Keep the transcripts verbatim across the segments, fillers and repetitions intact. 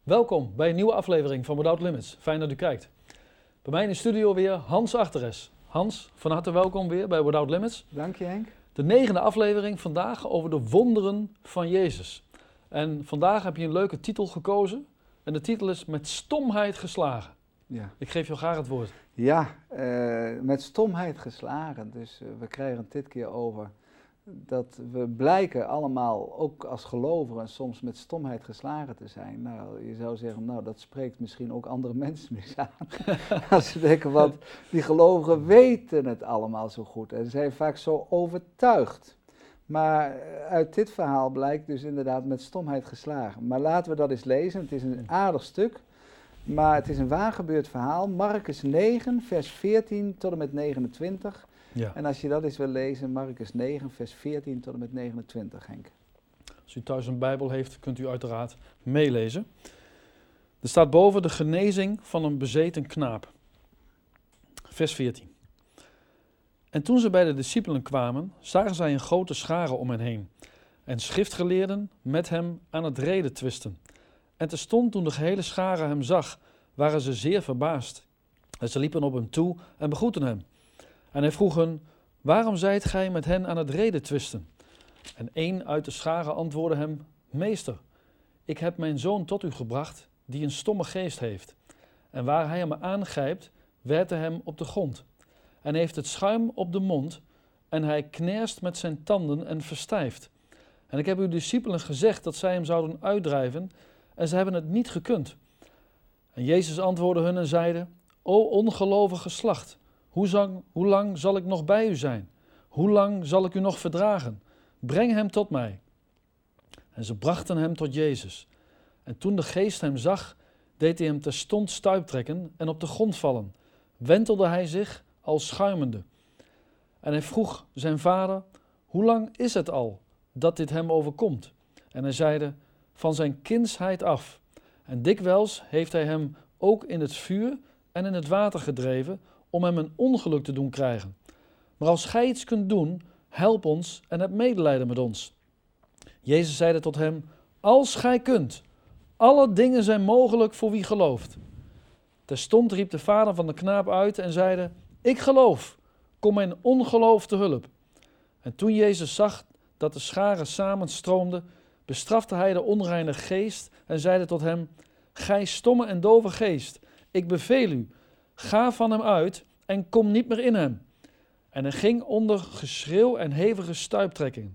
Welkom bij een nieuwe aflevering van Without Limits. Fijn dat u kijkt. Bij mij in de studio weer Hans Achteres. Hans, van harte welkom weer bij Without Limits. Dank je, Henk. De negende aflevering vandaag over de wonderen van Jezus. En vandaag heb je een leuke titel gekozen. En de titel is Met stomheid geslagen. Ja, Ik geef jou graag het woord. ja uh, met stomheid geslagen. Dus uh, we krijgen het dit keer over dat we blijken allemaal, ook als gelovigen, soms met stomheid geslagen te zijn. Nou, je zou zeggen, nou, dat spreekt misschien ook andere mensen mis aan. Als ze denken, want die gelovigen weten het allemaal zo goed en zijn vaak zo overtuigd. Maar uit dit verhaal blijkt dus inderdaad met stomheid geslagen. Maar laten we dat eens lezen. Het is een aardig stuk, maar het is een waargebeurd verhaal. Marcus negen, vers veertien tot en met negenentwintig. Ja. En als je dat eens wil lezen, Marcus negen, vers veertien tot en met negenentwintig, Henk. Als u thuis een Bijbel heeft, kunt u uiteraard meelezen. Er staat boven de genezing van een bezeten knaap. Vers veertien. En toen ze bij de discipelen kwamen, zagen zij een grote schare om hen heen. En schriftgeleerden met hem aan het rede twisten. En terstond toen de gehele schare hem zag, waren ze zeer verbaasd. En ze liepen op hem toe en begroetten hem. En hij vroeg hen, waarom zijt gij met hen aan het rede twisten? En een uit de schare antwoordde hem, meester, ik heb mijn zoon tot u gebracht, die een stomme geest heeft. En waar hij hem aangrijpt, werpt hij hem op de grond. En heeft het schuim op de mond, en hij knerst met zijn tanden en verstijft. En ik heb uw discipelen gezegd dat zij hem zouden uitdrijven, en ze hebben het niet gekund. En Jezus antwoordde hun en zeide, o ongelovig geslacht, Hoe, zang, hoe lang zal ik nog bij u zijn? Hoe lang zal ik u nog verdragen? Breng hem tot mij. En ze brachten hem tot Jezus. En toen de geest hem zag, deed hij hem terstond stuiptrekken en op de grond vallen. Wentelde hij zich al schuimende. En hij vroeg zijn vader, hoe lang is het al dat dit hem overkomt? En hij zeide, van zijn kindsheid af. En dikwijls heeft hij hem ook in het vuur en in het water gedreven, om hem een ongeluk te doen krijgen. Maar als gij iets kunt doen, help ons en heb medelijden met ons. Jezus zeide tot hem, als gij kunt, alle dingen zijn mogelijk voor wie gelooft. Terstond riep de vader van de knaap uit en zeide, ik geloof, kom mijn ongeloof te hulp. En toen Jezus zag dat de schare samenstroomde, bestrafte hij de onreine geest en zeide tot hem, gij stomme en dove geest, ik beveel u, ga van hem uit en kom niet meer in hem. En hij ging onder geschreeuw en hevige stuiptrekkingen.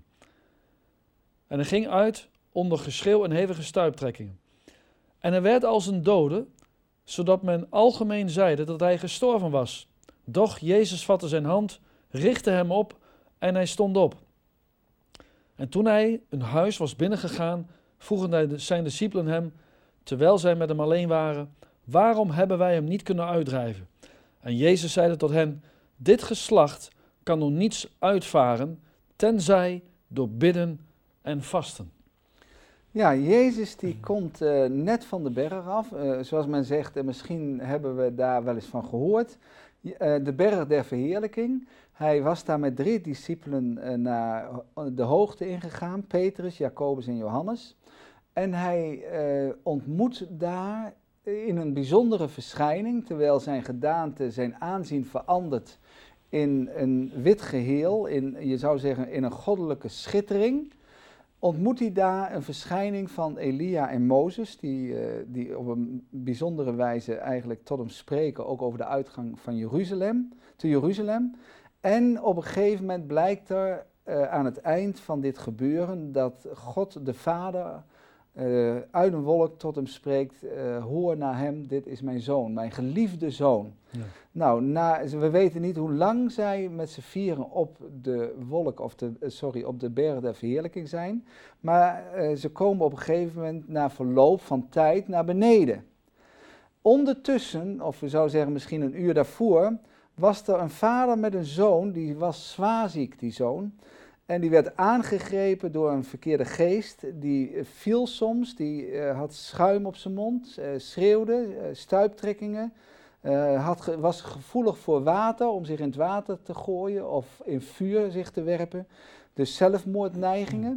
En hij ging uit onder geschreeuw en hevige stuiptrekkingen. En hij werd als een dode, zodat men algemeen zeide dat hij gestorven was. Doch Jezus vatte zijn hand, richtte hem op en hij stond op. En toen hij een huis was binnengegaan, vroegen zijn discipelen hem, terwijl zij met hem alleen waren, waarom hebben wij hem niet kunnen uitdrijven? En Jezus zeide tot hen, dit geslacht kan door niets uitvaren, tenzij door bidden en vasten. Ja, Jezus die komt uh, net van de berg af, uh, zoals men zegt, en misschien hebben we daar wel eens van gehoord, uh, de berg der verheerlijking. Hij was daar met drie discipelen uh, naar de hoogte ingegaan, Petrus, Jacobus en Johannes. En hij uh, ontmoet daar in een bijzondere verschijning, terwijl zijn gedaante, zijn aanzien verandert in een wit geheel, in, je zou zeggen in een goddelijke schittering, ontmoet hij daar een verschijning van Elia en Mozes, die, uh, die op een bijzondere wijze eigenlijk tot hem spreken, ook over de uitgang van Jeruzalem, te Jeruzalem. En op een gegeven moment blijkt er uh, aan het eind van dit gebeuren dat God de Vader Uh, uit een wolk tot hem spreekt, uh, hoor naar hem, dit is mijn zoon, mijn geliefde zoon. Ja. Nou, na, we weten niet hoe lang zij met z'n vieren op de wolk, of de, uh, sorry, op de berg der verheerlijking zijn, maar uh, ze komen op een gegeven moment na verloop van tijd naar beneden. Ondertussen, of we zouden zeggen misschien een uur daarvoor, was er een vader met een zoon, die was zwaarziek, die zoon. En die werd aangegrepen door een verkeerde geest, die uh, viel soms, die uh, had schuim op zijn mond, uh, schreeuwde, uh, stuiptrekkingen, uh, had ge- was gevoelig voor water, om zich in het water te gooien of in vuur zich te werpen. Dus zelfmoordneigingen.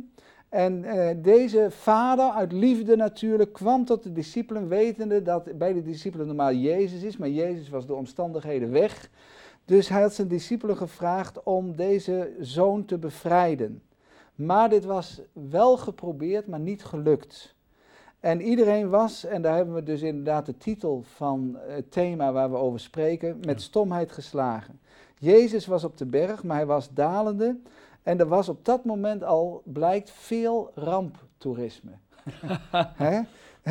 En uh, deze vader, uit liefde natuurlijk, kwam tot de discipelen, wetende dat bij de discipelen normaal Jezus is, maar Jezus was door omstandigheden weg. Dus hij had zijn discipelen gevraagd om deze zoon te bevrijden. Maar dit was wel geprobeerd, maar niet gelukt. En iedereen was, en daar hebben we dus inderdaad de titel van het thema waar we over spreken, met stomheid geslagen. Jezus was op de berg, maar hij was dalende. En er was op dat moment al, blijkt, veel ramptoerisme. Hè?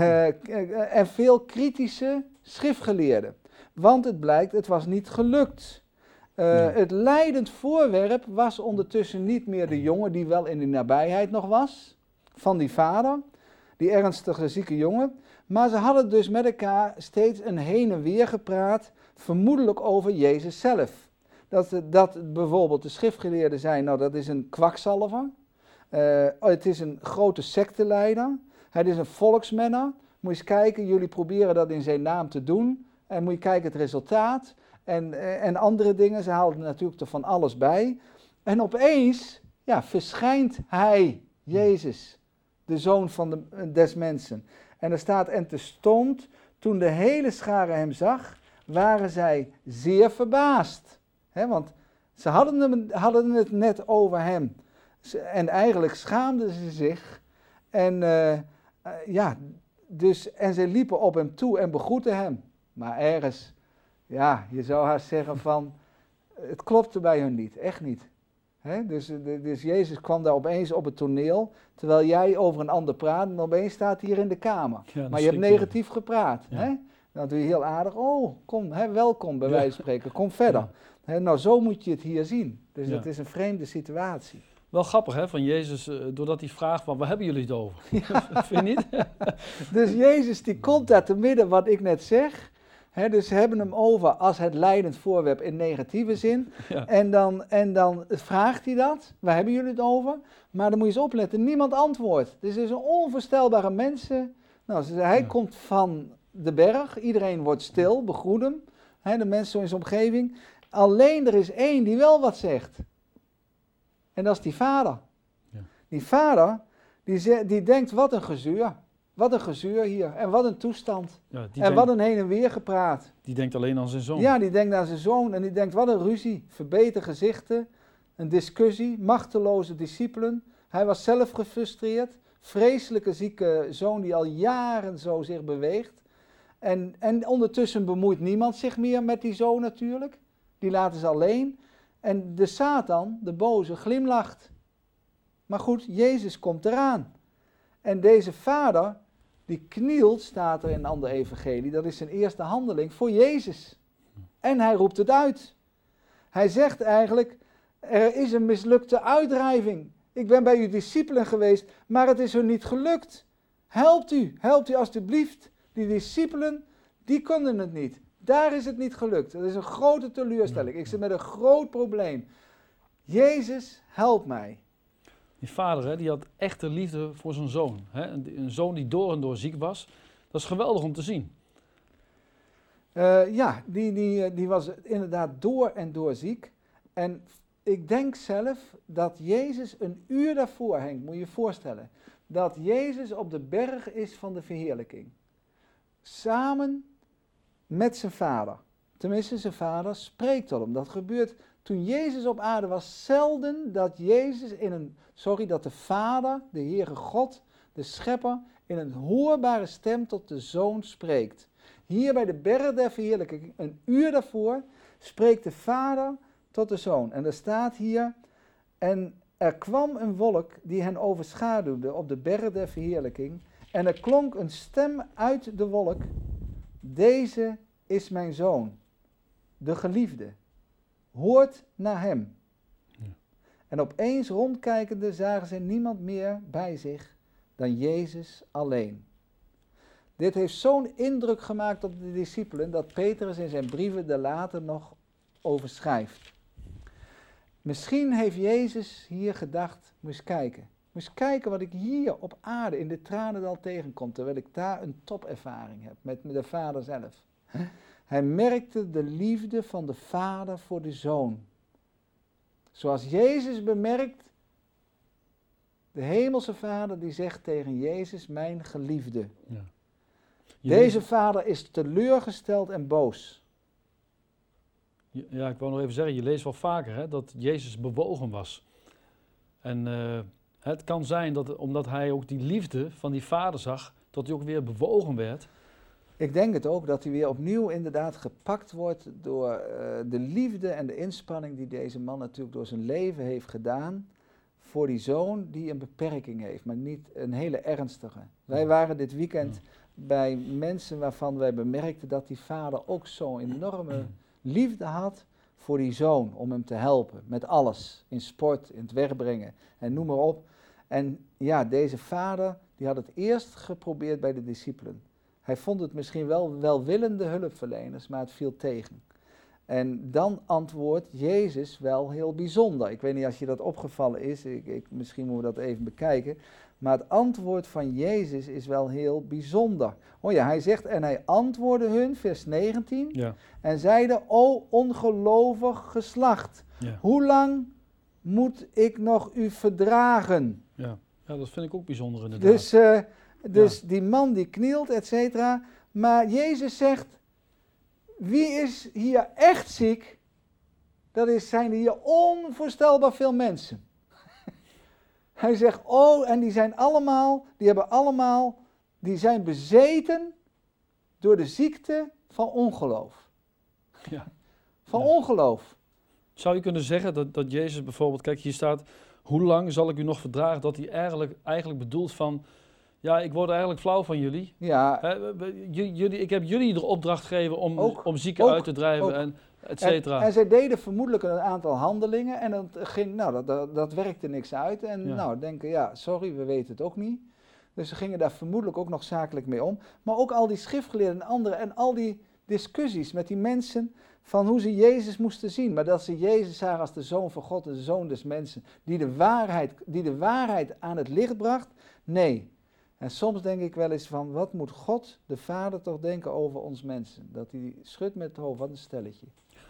Uh, en veel kritische schriftgeleerden. Want het blijkt, het was niet gelukt. Uh, ja. Het leidend voorwerp was ondertussen niet meer de jongen die wel in de nabijheid nog was, van die vader, die ernstige zieke jongen. Maar ze hadden dus met elkaar steeds een heen en weer gepraat, vermoedelijk over Jezus zelf. Dat, dat bijvoorbeeld de schriftgeleerden zijn, nou dat is een kwakzalver, uh, het is een grote secteleider, het is een volksmenner. Moet je eens kijken, jullie proberen dat in zijn naam te doen en moet je kijken het resultaat en, uh, en andere dingen, ze haalden natuurlijk er van alles bij. En opeens, ja, verschijnt hij, Jezus, de zoon van de, des mensen. En er staat, en terstond, toen de hele schare hem zag, waren zij zeer verbaasd. He, want ze hadden, hem, hadden het net over hem. Ze, en eigenlijk schaamden ze zich. En, uh, uh, ja, dus, en ze liepen op hem toe en begroetten hem. Maar ergens, ja, je zou haast zeggen van, het klopte bij hun niet, echt niet. He, dus, de, dus Jezus kwam daar opeens op het toneel, terwijl jij over een ander praat en opeens staat hij hier in de kamer. Ja, maar je hebt negatief je. gepraat. Ja. He? Dan doe je heel aardig, oh, kom, he, welkom bij ja. wijze van spreken, kom verder. Ja. He, nou, zo moet je het hier zien. Dus ja. dat is een vreemde situatie. Wel grappig, hè, van Jezus, uh, doordat hij vraagt van, waar hebben jullie het over? Ja. Vind je niet? Dus Jezus, die komt daar te midden wat ik net zeg. He, dus ze hebben hem over als het leidend voorwerp in negatieve zin. Ja. En, dan, en dan vraagt hij dat, waar hebben jullie het over? Maar dan moet je eens opletten, niemand antwoordt. Dus het is een onvoorstelbare mensen. Nou, ze, hij ja. komt van de berg, iedereen wordt stil, begroet hem. He, de mensen in zijn omgeving. Alleen er is één die wel wat zegt. En dat is die vader. Ja. Die vader, die, ze, die denkt, wat een gezuur. Wat een gezuur hier. En wat een toestand. Ja, en denkt, wat een heen en weer gepraat. Die denkt alleen aan zijn zoon. Ja, die denkt aan zijn zoon. En die denkt, wat een ruzie. Verbeter gezichten. Een discussie. Machteloze discipelen. Hij was zelf gefrustreerd. Vreselijke zieke zoon die al jaren zo zich beweegt. En, en ondertussen bemoeit niemand zich meer met die zoon natuurlijk. Die laten ze alleen. En de Satan, de boze, glimlacht. Maar goed, Jezus komt eraan. En deze vader, die knielt, staat er in een ander evangelie. Dat is zijn eerste handeling voor Jezus. En hij roept het uit. Hij zegt eigenlijk, er is een mislukte uitdrijving. Ik ben bij uw discipelen geweest, maar het is hun niet gelukt. Helpt u, helpt u alstublieft. Die discipelen, die konden het niet. Daar is het niet gelukt. Dat is een grote teleurstelling. Ik zit met een groot probleem. Jezus, help mij. Die vader, hè, die had echte liefde voor zijn zoon. Hè? Een, een zoon die door en door ziek was. Dat is geweldig om te zien. Uh, ja, die, die, die was inderdaad door en door ziek. En ik denk zelf dat Jezus een uur daarvoor, Henk, moet je je voorstellen. Dat Jezus op de berg is van de verheerlijking. Samen met zijn vader. Tenminste, zijn vader spreekt tot hem. Dat gebeurt toen Jezus op aarde was. Zelden dat Jezus in een, sorry, dat de Vader, de Heere God, de Schepper, in een hoorbare stem tot de Zoon spreekt. Hier bij de berg der verheerlijking, een uur daarvoor, spreekt de Vader tot de Zoon. En er staat hier, en er kwam een wolk die hen overschaduwde op de berg der verheerlijking. En er klonk een stem uit de wolk. Deze is mijn Zoon, de geliefde. Hoort naar hem. Ja. En opeens rondkijkende zagen ze niemand meer bij zich dan Jezus alleen. Dit heeft zo'n indruk gemaakt op de discipelen dat Petrus in zijn brieven er later nog over schrijft. Misschien heeft Jezus hier gedacht, moet eens kijken. Moet eens kijken wat ik hier op aarde in de Tranendal tegenkom, terwijl ik daar een topervaring heb met de Vader zelf. Hij merkte de liefde van de Vader voor de Zoon. Zoals Jezus bemerkt De hemelse vader die zegt tegen Jezus, mijn geliefde. Ja. Deze leest, vader is teleurgesteld en boos. ja, ik wou nog even zeggen, je leest wel vaker hè, dat Jezus bewogen was. En uh, het kan zijn dat omdat hij ook die liefde van die vader zag, dat hij ook weer bewogen werd. Ik denk het ook, dat hij weer opnieuw inderdaad gepakt wordt door uh, de liefde en de inspanning die deze man natuurlijk door zijn leven heeft gedaan voor die zoon die een beperking heeft, maar niet een hele ernstige. Wij waren dit weekend bij mensen waarvan wij bemerkten dat die vader ook zo'n enorme liefde had voor die zoon, om hem te helpen met alles, in sport, in het wegbrengen en noem maar op. En ja, deze vader die had het eerst geprobeerd bij de discipelen. Hij vond het misschien wel welwillende hulpverleners, maar het viel tegen. En dan antwoordt Jezus wel heel bijzonder. Ik weet niet als je dat opgevallen is, ik, ik, misschien moeten we dat even bekijken. Maar het antwoord van Jezus is wel heel bijzonder. Oh ja, hij zegt, en hij antwoordde hun, vers negentien, Ja. en zeide, o ongelovig geslacht, Ja. hoe lang moet ik nog u verdragen? Ja. Ja, dat vind ik ook bijzonder inderdaad. Dus, uh, dus Ja. die man die knielt, et cetera. Maar Jezus zegt, wie is hier echt ziek? Dat is, zijn hier onvoorstelbaar veel mensen. Hij zegt, oh, en die zijn allemaal, die hebben allemaal, die zijn bezeten door de ziekte van ongeloof. Ja. Van Ja. ongeloof. Zou je kunnen zeggen dat, dat Jezus bijvoorbeeld, kijk hier staat, hoe lang zal ik u nog verdragen, dat hij eigenlijk, eigenlijk bedoelt van, ja, ik word eigenlijk flauw van jullie. Ja, Hè, j- jullie. Ik heb jullie de opdracht gegeven om, Ook, om zieken ook, uit te drijven ook. en et en, cetera. en zij deden vermoedelijk een aantal handelingen en dat ging, nou, dat, dat, dat werkte niks uit. En Ja. nou, denken, ja, sorry, we weten het ook niet. Dus ze gingen daar vermoedelijk ook nog zakelijk mee om. Maar ook al die schriftgeleerden en anderen en al die discussies met die mensen van hoe ze Jezus moesten zien. Maar dat ze Jezus zagen als de Zoon van God, de Zoon des mensen, die de waarheid, die de waarheid aan het licht bracht. Nee. En soms denk ik wel eens van, wat moet God, de Vader, toch denken over ons mensen? Dat hij schudt met het hoofd, wat een stelletje.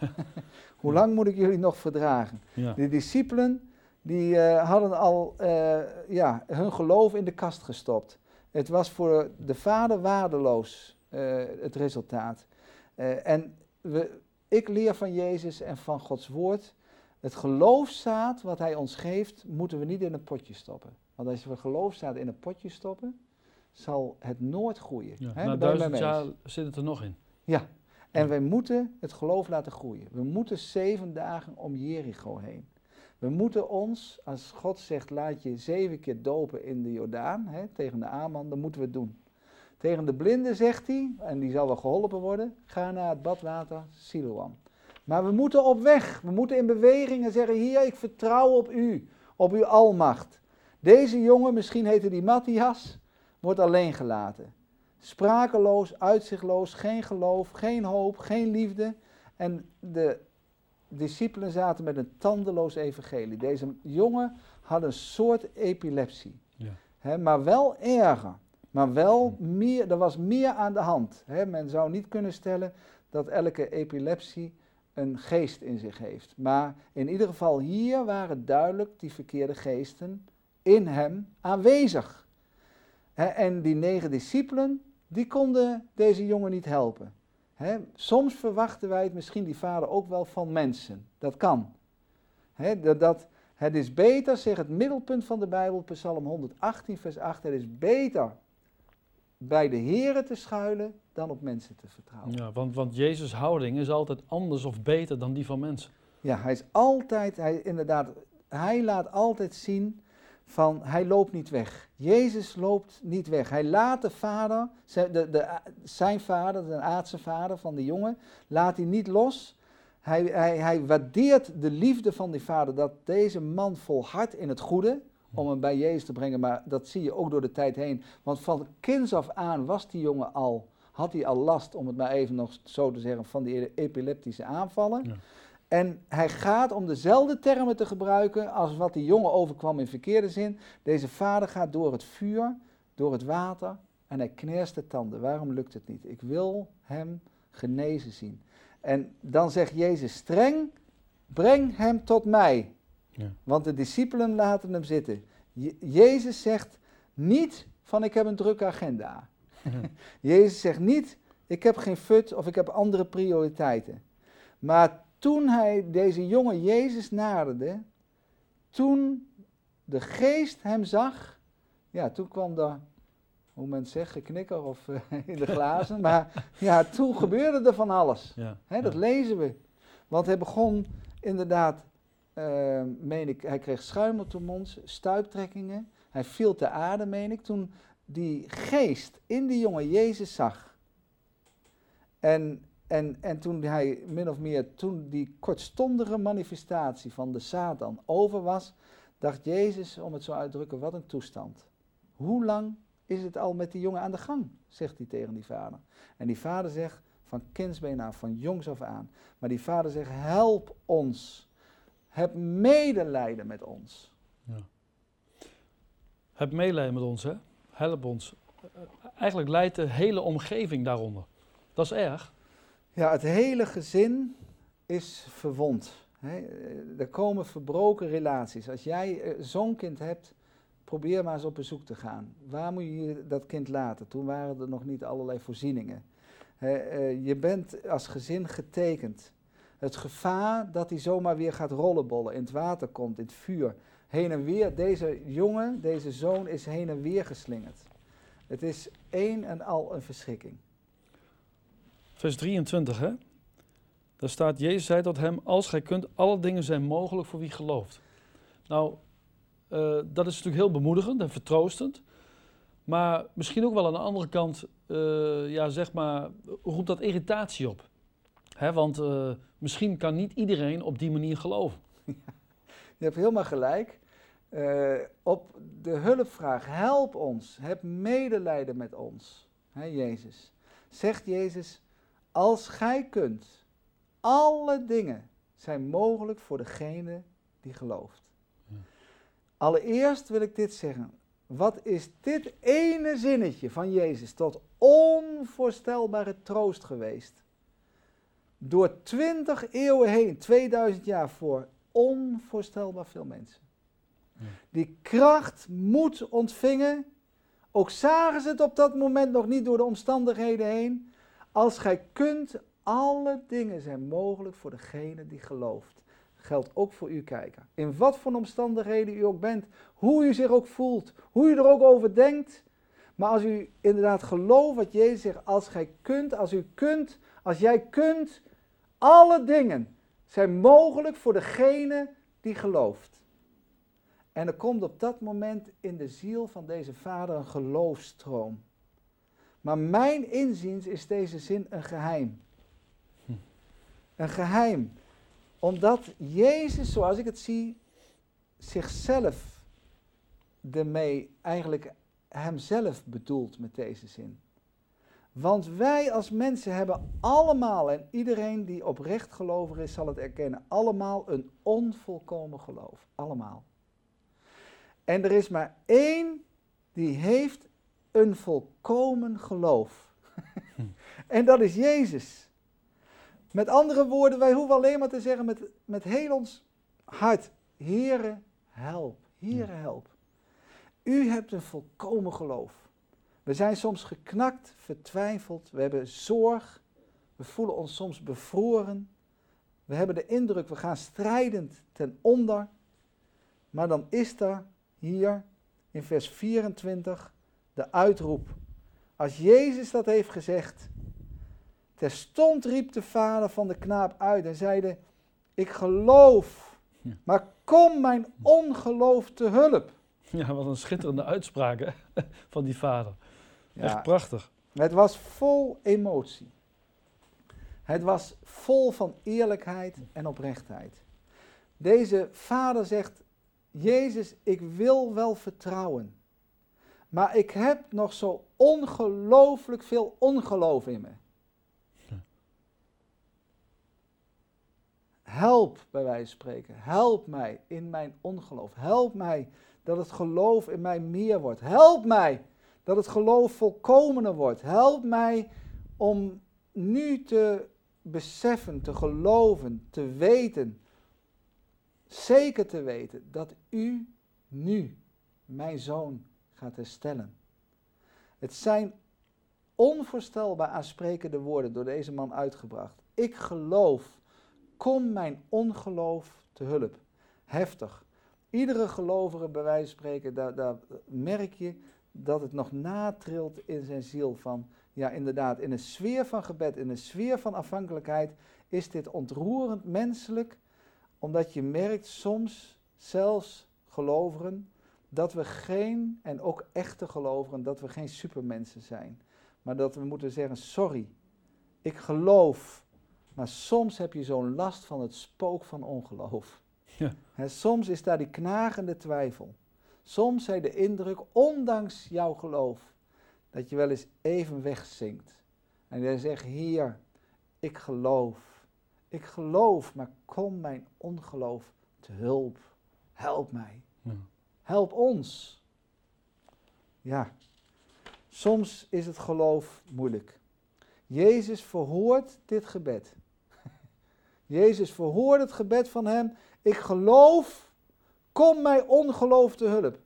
Hoe lang moet ik jullie nog verdragen? Ja. De discipelen, die uh, hadden al uh, ja, hun geloof in de kast gestopt. Het was voor de Vader waardeloos, uh, het resultaat. Uh, en we, ik leer van Jezus en van Gods woord, het geloofszaad wat hij ons geeft, moeten we niet in een potje stoppen. Want als we geloofszaad in een potje stoppen, zal het nooit groeien. Ja. He, Na duizend jaar zit het er nog in. Ja, en wij moeten het geloof laten groeien. We moeten zeven dagen om Jericho heen. We moeten ons, als God zegt, laat je zeven keer dopen in de Jordaan, he, tegen de Aman, dan moeten we het doen. Tegen de blinde zegt hij, en die zal wel geholpen worden, ga naar het badwater Siloam. Maar we moeten op weg, we moeten in beweging en zeggen, Heer, ik vertrouw op u, op uw almacht. Deze jongen, misschien heette die Matthias, wordt alleen gelaten. Sprakeloos, uitzichtloos, geen geloof, geen hoop, geen liefde. En de discipelen zaten met een tandeloos evangelie. Deze jongen had een soort epilepsie. Ja. He, maar wel erger. Maar wel meer, er was meer aan de hand. He, men zou niet kunnen stellen dat elke epilepsie een geest in zich heeft. Maar in ieder geval hier waren duidelijk die verkeerde geesten in hem aanwezig. He, en die negen discipelen, die konden deze jongen niet helpen. He, soms verwachten wij het misschien die vader ook wel van mensen. Dat kan. He, dat, dat, het is beter, zegt het middelpunt van de Bijbel, Psalm honderdachttien vers acht, het is beter bij de Here te schuilen dan op mensen te vertrouwen. Ja, want, want Jezus' houding is altijd anders of beter dan die van mensen. Ja, hij is altijd, hij, inderdaad, hij laat altijd zien van, hij loopt niet weg. Jezus loopt niet weg. Hij laat de vader, zijn, de, de, zijn vader, de aardse vader van de jongen, laat hij niet los. Hij, hij, hij waardeert de liefde van die vader, dat deze man volhardt in het goede, om hem bij Jezus te brengen, maar dat zie je ook door de tijd heen. Want van kinds af aan was die jongen al, had hij al last, om het maar even nog zo te zeggen, van die epileptische aanvallen. Ja. En hij gaat, om dezelfde termen te gebruiken als wat die jongen overkwam in verkeerde zin. Deze vader gaat door het vuur, door het water en hij knerst de tanden. Waarom lukt het niet? Ik wil hem genezen zien. En dan zegt Jezus streng, breng hem tot mij. Ja. Want de discipelen laten hem zitten. Je- Jezus zegt niet van ik heb een drukke agenda. Jezus zegt niet ik heb geen fut of ik heb andere prioriteiten. Maar toen hij deze jonge Jezus naderde, toen de geest hem zag, ja, toen kwam er, hoe men het zegt, geknikker of uh, in de glazen. Maar ja, toen gebeurde er van alles. Ja, Hè, dat ja. lezen we. Want hij begon inderdaad, uh, meen ik, hij kreeg schuim op de mond, stuiptrekkingen. Hij viel te aarde, meen ik, toen die geest in die jonge Jezus zag. En, en, en toen hij min of meer, toen die kortstondige manifestatie van de Satan over was, dacht Jezus, om het zo uit te drukken, wat een toestand. Hoe lang is het al met die jongen aan de gang, zegt hij tegen die vader. En die vader zegt, van kindsbeen af, van jongs af aan. Maar die vader zegt, help ons. Heb medelijden met ons. Ja. Heb medelijden met ons, hè? Help ons. Uh, eigenlijk leidt de hele omgeving daaronder. Dat is erg. Ja, het hele gezin is verwond. Hè. Er komen verbroken relaties. Als jij uh, zo'n kind hebt, probeer maar eens op bezoek te gaan. Waar moet je dat kind laten? Toen waren er nog niet allerlei voorzieningen. He, uh, je bent als gezin getekend. Het gevaar dat hij zomaar weer gaat rollenbollen, in het water komt, in het vuur. Heen en weer, deze jongen, deze zoon is heen en weer geslingerd. Het is één en al een verschrikking. Vers drieëntwintig, hè? Daar staat, Jezus zei tot hem, als gij kunt, alle dingen zijn mogelijk voor wie gelooft. Nou, uh, dat is natuurlijk heel bemoedigend en vertroostend. Maar misschien ook wel aan de andere kant, uh, ja, zeg maar, roept dat irritatie op. Hè, want uh, misschien kan niet iedereen op die manier geloven. Je hebt helemaal gelijk. Uh, op de hulpvraag, help ons, heb medelijden met ons, hè, Jezus. Zegt Jezus, als gij kunt, alle dingen zijn mogelijk voor degene die gelooft. Ja. Allereerst wil ik dit zeggen. Wat is dit ene zinnetje van Jezus tot onvoorstelbare troost geweest? Door twintig eeuwen heen, tweeduizend jaar voor onvoorstelbaar veel mensen. Ja. Die kracht, moed ontvingen, ook zagen ze het op dat moment nog niet door de omstandigheden heen. Als gij kunt, alle dingen zijn mogelijk voor degene die gelooft. Geldt ook voor u kijker. In wat voor omstandigheden u ook bent, hoe u zich ook voelt, hoe u er ook over denkt. Maar als u inderdaad gelooft wat Jezus zegt, als gij kunt, als u kunt, als jij kunt, alle dingen zijn mogelijk voor degene die gelooft. En er komt op dat moment in de ziel van deze vader een geloofstroom. Maar mijn inziens is deze zin een geheim. Hm. Een geheim. Omdat Jezus, zoals ik het zie, zichzelf ermee, eigenlijk hemzelf bedoelt met deze zin. Want wij als mensen hebben allemaal, en iedereen die oprecht gelovig is zal het erkennen, allemaal een onvolkomen geloof. Allemaal. En er is maar één die heeft een volkomen geloof. En dat is Jezus. Met andere woorden, wij hoeven alleen maar te zeggen met, met heel ons hart, Heere, help, Heere, help. U hebt een volkomen geloof. We zijn soms geknakt, vertwijfeld, we hebben zorg, we voelen ons soms bevroren. We hebben de indruk, we gaan strijdend ten onder. Maar dan is er hier in vers vierentwintig de uitroep. Als Jezus dat heeft gezegd, terstond riep de vader van de knaap uit en zeide, ik geloof, maar kom mijn ongeloof te hulp. Ja, wat een schitterende uitspraak, hè, van die vader. Ja, echt prachtig. Het was vol emotie. Het was vol van eerlijkheid en oprechtheid. Deze vader zegt, Jezus, ik wil wel vertrouwen, maar ik heb nog zo ongelooflijk veel ongeloof in me. Help, bij wijze van spreken, help mij in mijn ongeloof. Help mij dat het geloof in mij meer wordt. Help mij dat het geloof volkomener wordt. Help mij om nu te beseffen, te geloven, te weten, zeker te weten dat u nu mijn zoon gaat herstellen. Het zijn onvoorstelbaar aansprekende woorden door deze man uitgebracht. Ik geloof, kom mijn ongeloof te hulp. Heftig. Iedere gelovige, bij wijze van spreken, daar, daar merk je dat het nog natrilt in zijn ziel van, ja inderdaad, in een sfeer van gebed, in een sfeer van afhankelijkheid, is dit ontroerend menselijk, omdat je merkt soms, zelfs gelovigen, dat we geen, en ook echte gelovigen, dat we geen supermensen zijn. Maar dat we moeten zeggen, sorry, ik geloof, maar soms heb je zo'n last van het spook van ongeloof. Ja. He, soms is daar die knagende twijfel. Soms heb je de indruk, ondanks jouw geloof, dat je wel eens even wegzinkt. En jij zegt, Heer, ik geloof. Ik geloof, maar kom mijn ongeloof te hulp. Help mij. Ja. Help ons. Ja, soms is het geloof moeilijk. Jezus verhoort dit gebed. Jezus verhoort het gebed van hem. Ik geloof, kom mij ongeloof te hulp.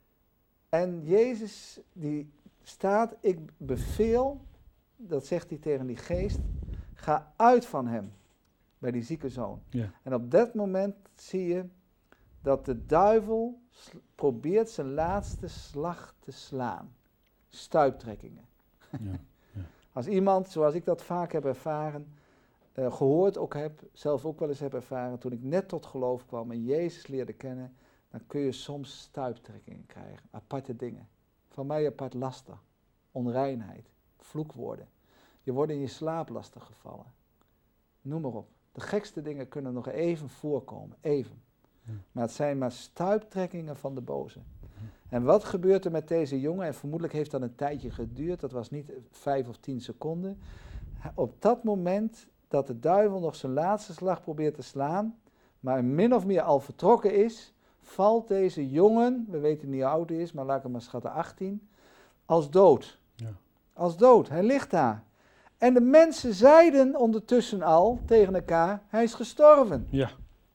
En Jezus die staat, ik beveel, dat zegt hij tegen die geest, ga uit van hem, bij die zieke zoon. Ja. En op dat moment zie je dat de duivel sl- probeert zijn laatste slag te slaan. Stuiptrekkingen. Ja. Ja. Als iemand, zoals ik dat vaak heb ervaren, uh, gehoord ook heb, zelf ook wel eens heb ervaren, toen ik net tot geloof kwam en Jezus leerde kennen, dan kun je soms stuiptrekkingen krijgen, aparte dingen. Van mij apart laster, onreinheid, vloekwoorden. Je wordt in je slaap lastig gevallen. Noem maar op. De gekste dingen kunnen nog even voorkomen, even. Ja. Maar het zijn maar stuiptrekkingen van de boze. En wat gebeurt er met deze jongen? En vermoedelijk heeft dat een tijdje geduurd, dat was niet vijf of tien seconden. Op dat moment dat de duivel nog zijn laatste slag probeert te slaan, maar min of meer al vertrokken is, valt deze jongen, we weten niet hoe oud hij is, maar laat ik hem maar schatten achttien, als dood. Ja. Als dood, hij ligt daar. En de mensen zeiden ondertussen al tegen elkaar, hij is gestorven. Ja.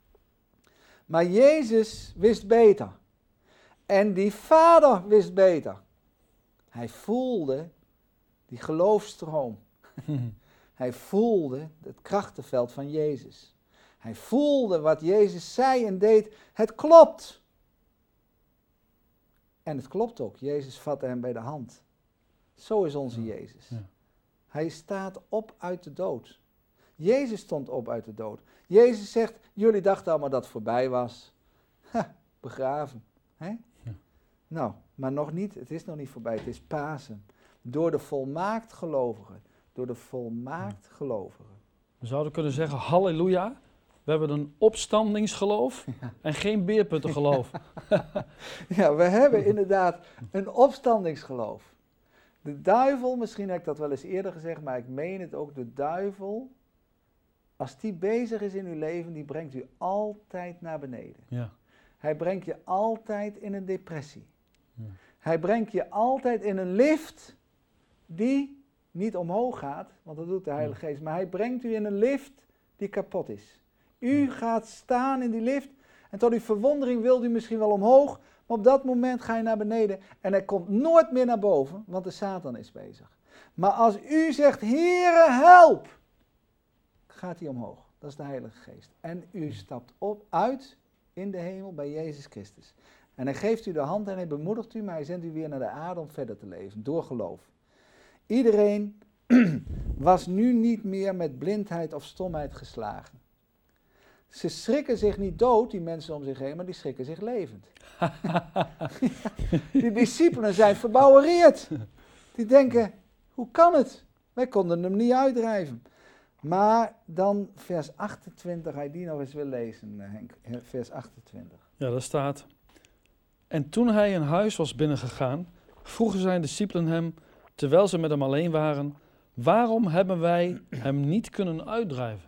Maar Jezus wist beter. En die vader wist beter. Hij voelde die geloofstroom. Hij voelde het krachtenveld van Jezus. Hij voelde wat Jezus zei en deed. Het klopt. En het klopt ook. Jezus vatte hem bij de hand. Zo is onze Ja. Jezus. Ja. Hij staat op uit de dood. Jezus stond op uit de dood. Jezus zegt, jullie dachten allemaal dat het voorbij was. Ha, begraven. Hè? Ja. Nou, maar nog niet. Het is nog niet voorbij. Het is Pasen. Door de volmaakt gelovigen. Door de volmaakt gelovigen. We zouden kunnen zeggen, halleluja. We hebben een opstandingsgeloof Ja. en geen beerputtengeloof. Ja, we hebben inderdaad een opstandingsgeloof. De duivel, misschien heb ik dat wel eens eerder gezegd, maar ik meen het ook, de duivel, als die bezig is in uw leven, die brengt u altijd naar beneden. Ja. Hij brengt je altijd in een depressie. Ja. Hij brengt je altijd in een lift die niet omhoog gaat, want dat doet de Heilige Geest, maar hij brengt u in een lift die kapot is. U gaat staan in die lift en tot uw verwondering wilt u misschien wel omhoog, maar op dat moment ga je naar beneden en hij komt nooit meer naar boven, want de Satan is bezig. Maar als u zegt, Heere, help, gaat hij omhoog. Dat is de Heilige Geest. En u stapt op, uit in de hemel bij Jezus Christus. En hij geeft u de hand en hij bemoedigt u, maar hij zendt u weer naar de aarde om verder te leven, door geloof. Iedereen was nu niet meer met blindheid of stomheid geslagen. Ze schrikken zich niet dood, die mensen om zich heen, maar die schrikken zich levend. Die discipelen zijn verbouwereerd. Die denken, hoe kan het? Wij konden hem niet uitdrijven. Maar dan vers achtentwintig, als je die nog eens wil lezen, Henk, vers achtentwintig. Ja, daar staat. En toen hij in huis was binnengegaan, vroegen zijn discipelen hem, terwijl ze met hem alleen waren, waarom hebben wij hem niet kunnen uitdrijven?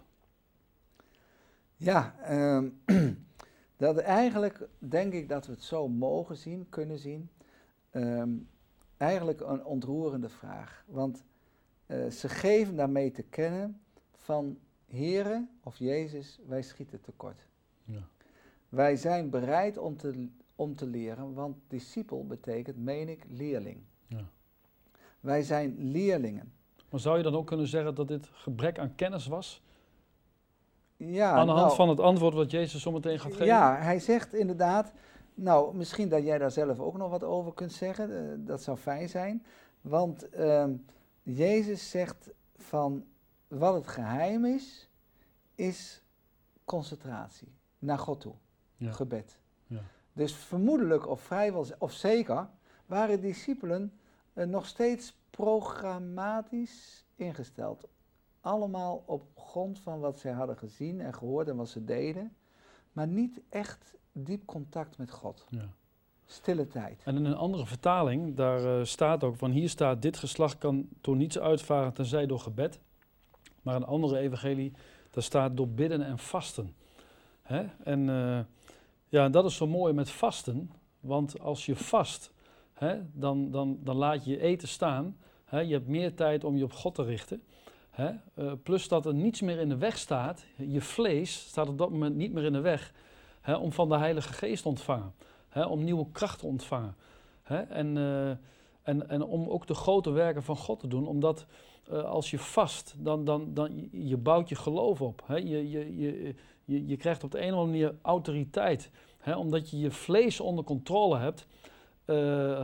Ja, um, dat eigenlijk denk ik dat we het zo mogen zien, kunnen zien. Um, eigenlijk een ontroerende vraag. Want uh, ze geven daarmee te kennen van, Heere of Jezus, wij schieten tekort. Ja. Wij zijn bereid om te, om te leren, want discipel betekent, meen ik, leerling. Ja. Wij zijn leerlingen. Maar zou je dan ook kunnen zeggen dat dit gebrek aan kennis was? Ja, aan de hand nou, van het antwoord wat Jezus zo meteen gaat geven? Ja, hij zegt inderdaad, nou misschien dat jij daar zelf ook nog wat over kunt zeggen, uh, dat zou fijn zijn. Want uh, Jezus zegt van wat het geheim is, is concentratie naar God toe, ja. gebed. Ja. Dus vermoedelijk of vrijwel, of zeker, waren discipelen uh, nog steeds programmatisch ingesteld. Allemaal op grond van wat zij hadden gezien en gehoord en wat ze deden, maar niet echt diep contact met God. Ja. Stille tijd. En in een andere vertaling, daar uh, staat ook van hier staat, dit geslacht kan door niets uitvaren tenzij door gebed. Maar een andere evangelie, daar staat door bidden en vasten. Hè? En uh, ja, dat is zo mooi met vasten, want als je vast, hè, dan, dan, dan laat je je eten staan. Hè? Je hebt meer tijd om je op God te richten. Hè? Uh, plus dat er niets meer in de weg staat, je vlees staat op dat moment niet meer in de weg, hè, om van de Heilige Geest te ontvangen. Hè, om nieuwe kracht te ontvangen. Hè, en, uh, en, en om ook de grote werken van God te doen. Omdat uh, als je vast, dan, dan, dan je bouwt je geloof op. Hè. Je, je, je, je, je krijgt op de een of andere manier autoriteit. Hè, omdat je je vlees onder controle hebt. Uh,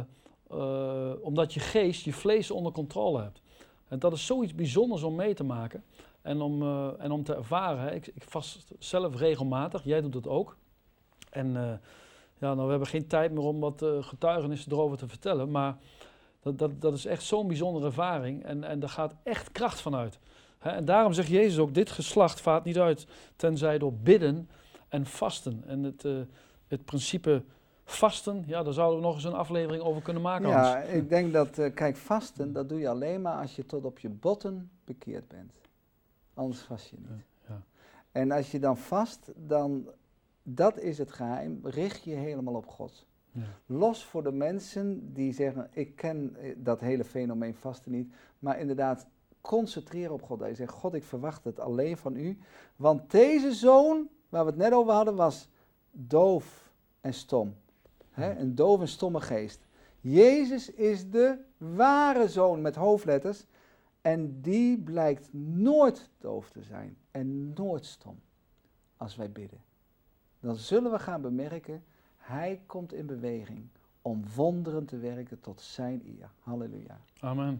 uh, omdat je geest je vlees onder controle hebt. En dat is zoiets bijzonders om mee te maken. En om, uh, en om te ervaren. Hè. Ik, ik vast zelf regelmatig. Jij doet dat ook. En... Uh, Ja, nou, we hebben geen tijd meer om wat uh, getuigenissen erover te vertellen, maar dat, dat, dat is echt zo'n bijzondere ervaring en, en daar gaat echt kracht van uit. Hè? En daarom zegt Jezus ook, dit geslacht vaart niet uit, tenzij door bidden en vasten. En het, uh, het principe vasten, ja, daar zouden we nog eens een aflevering over kunnen maken. Ja, Hans. ik denk dat, uh, kijk, vasten, dat doe je alleen maar als je tot op je botten bekeerd bent. Anders vast je niet. Ja, ja. En als je dan vast, dan... Dat is het geheim, richt je helemaal op God. Ja. Los voor de mensen die zeggen, ik ken dat hele fenomeen vasten niet, maar inderdaad, concentreer op God. Hij zegt, God, ik verwacht het alleen van u, want deze zoon, waar we het net over hadden, was doof en stom. Hè? Een doof en stomme geest. Jezus is de ware zoon met hoofdletters en die blijkt nooit doof te zijn en nooit stom als wij bidden. Dan zullen we gaan bemerken, hij komt in beweging om wonderen te werken tot zijn eer. Halleluja. Amen.